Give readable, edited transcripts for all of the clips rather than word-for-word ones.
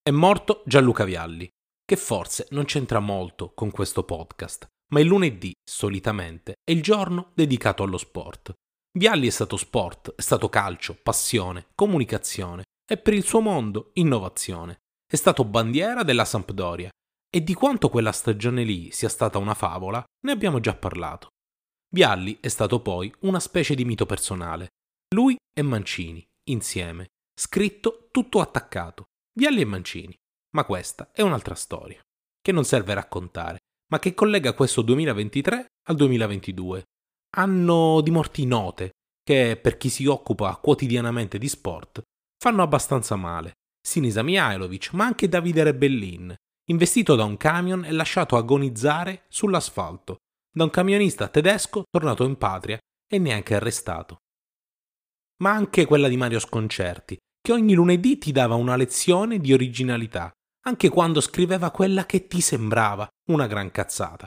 È morto Gianluca Vialli, che forse non c'entra molto con questo podcast, ma il lunedì, solitamente, è il giorno dedicato allo sport. Vialli è stato sport, è stato calcio, passione, comunicazione e per il suo mondo innovazione. È stato bandiera della Sampdoria e di quanto quella stagione lì sia stata una favola ne abbiamo già parlato. Vialli è stato poi una specie di mito personale. Lui e Mancini, insieme, scritto tutto attaccato. Vialli e Mancini. Ma questa è un'altra storia, che non serve raccontare, ma che collega questo 2023 al 2022. Anno di morti note, che per chi si occupa quotidianamente di sport, fanno abbastanza male. Sinisa Mihajlovic, ma anche Davide Rebellin, investito da un camion e lasciato agonizzare sull'asfalto, da un camionista tedesco tornato in patria e neanche arrestato. Ma anche quella di Mario Sconcerti, che ogni lunedì ti dava una lezione di originalità, anche quando scriveva quella che ti sembrava una gran cazzata.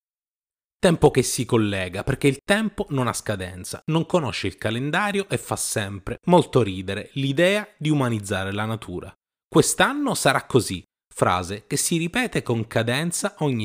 Tempo che si collega, perché il tempo non ha scadenza, non conosce il calendario e fa sempre molto ridere l'idea di umanizzare la natura. Quest'anno sarà così, frase che si ripete con cadenza ogni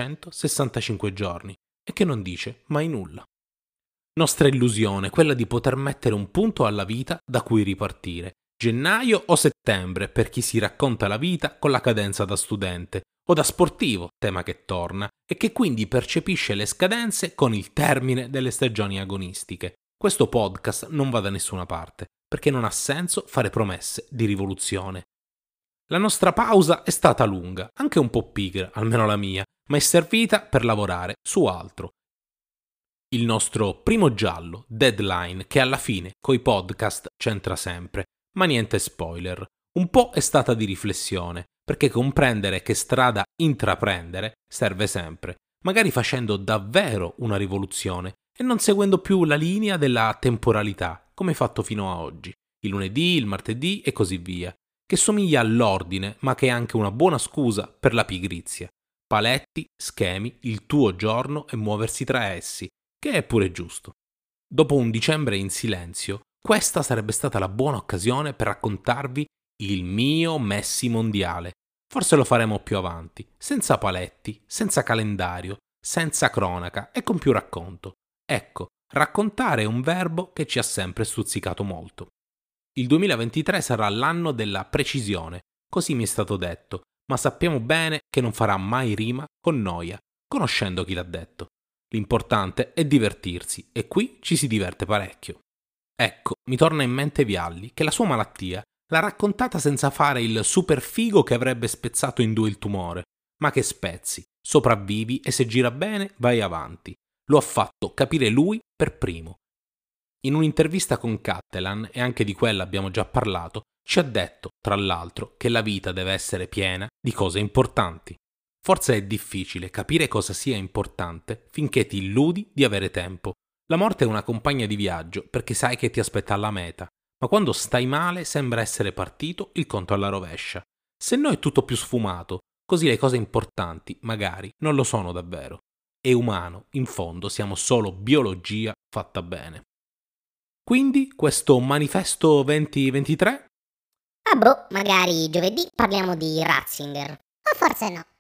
365 giorni e che non dice mai nulla. Nostra illusione, quella di poter mettere un punto alla vita da cui ripartire. Gennaio o settembre per chi si racconta la vita con la cadenza da studente o da sportivo, tema che torna, e che quindi percepisce le scadenze con il termine delle stagioni agonistiche. Questo podcast non va da nessuna parte, perché non ha senso fare promesse di rivoluzione. La nostra pausa è stata lunga, anche un po' pigra, almeno la mia, ma è servita per lavorare su altro. Il nostro primo giallo, Deadline, che alla fine coi podcast c'entra sempre, ma niente spoiler. Un po' è stata di riflessione, perché comprendere che strada intraprendere serve sempre, magari facendo davvero una rivoluzione e non seguendo più la linea della temporalità, come fatto fino a oggi, il lunedì, il martedì e così via, che somiglia all'ordine, ma che è anche una buona scusa per la pigrizia. Paletti, schemi, il tuo giorno e muoversi tra essi, che è pure giusto. Dopo un dicembre in silenzio, questa sarebbe stata la buona occasione per raccontarvi il mio Messi mondiale. Forse lo faremo più avanti, senza paletti, senza calendario, senza cronaca e con più racconto. Ecco, raccontare è un verbo che ci ha sempre stuzzicato molto. Il 2023 sarà l'anno della precisione, così mi è stato detto, ma sappiamo bene che non farà mai rima con noia, conoscendo chi l'ha detto. L'importante è divertirsi e qui ci si diverte parecchio. Ecco, mi torna in mente Vialli, che la sua malattia l'ha raccontata senza fare il super figo che avrebbe spezzato in due il tumore, ma che spezzi, sopravvivi e se gira bene vai avanti. Lo ha fatto capire lui per primo. In un'intervista con Cattelan, e anche di quella abbiamo già parlato, ci ha detto, tra l'altro, che la vita deve essere piena di cose importanti. Forse è difficile capire cosa sia importante finché ti illudi di avere tempo. La morte è una compagna di viaggio perché sai che ti aspetta alla meta, ma quando stai male sembra essere partito il conto alla rovescia. Se no è tutto più sfumato, così le cose importanti magari non lo sono davvero. È umano, in fondo siamo solo biologia fatta bene. Quindi questo manifesto 2023? Magari giovedì parliamo di Ratzinger. O forse no.